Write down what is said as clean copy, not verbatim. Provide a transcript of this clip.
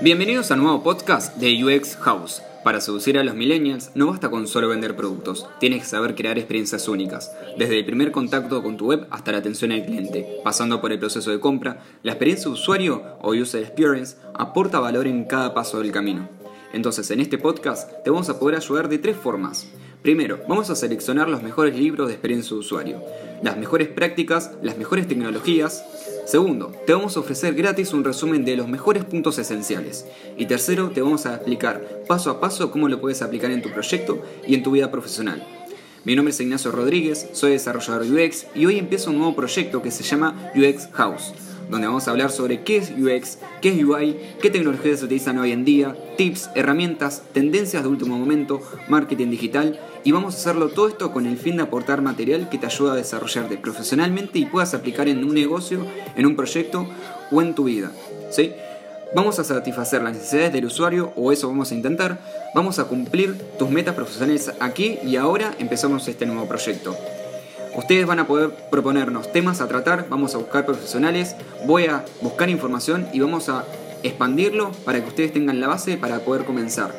Bienvenidos a un nuevo podcast de UX House. Para seducir a los millennials no basta con solo vender productos, tienes que saber crear experiencias únicas. Desde el primer contacto con tu web hasta la atención al cliente, pasando por el proceso de compra, la experiencia de usuario o User Experience aporta valor en cada paso del camino. Entonces en este podcast te vamos a poder ayudar de 3 formas. Primero, vamos a seleccionar los mejores libros de experiencia de usuario, las mejores prácticas, las mejores tecnologías. Segundo, te vamos a ofrecer gratis un resumen de los mejores puntos esenciales. Y tercero, te vamos a explicar paso a paso cómo lo puedes aplicar en tu proyecto y en tu vida profesional. Mi nombre es Ignacio Rodríguez, soy desarrollador de UX y hoy empiezo un nuevo proyecto que se llama UX House, donde vamos a hablar sobre qué es UX, qué es UI, qué tecnologías se utilizan hoy en día, tips, herramientas, tendencias de último momento, marketing digital, y vamos a hacerlo todo esto con el fin de aportar material que te ayuda a desarrollarte profesionalmente y puedas aplicar en un negocio, en un proyecto o en tu vida, ¿sí? Vamos a satisfacer las necesidades del usuario, o eso vamos a intentar. Vamos a cumplir tus metas profesionales aquí y ahora empezamos este nuevo proyecto. Ustedes van a poder proponernos temas a tratar, vamos a buscar profesionales, voy a buscar información y vamos a expandirlo para que ustedes tengan la base para poder comenzar.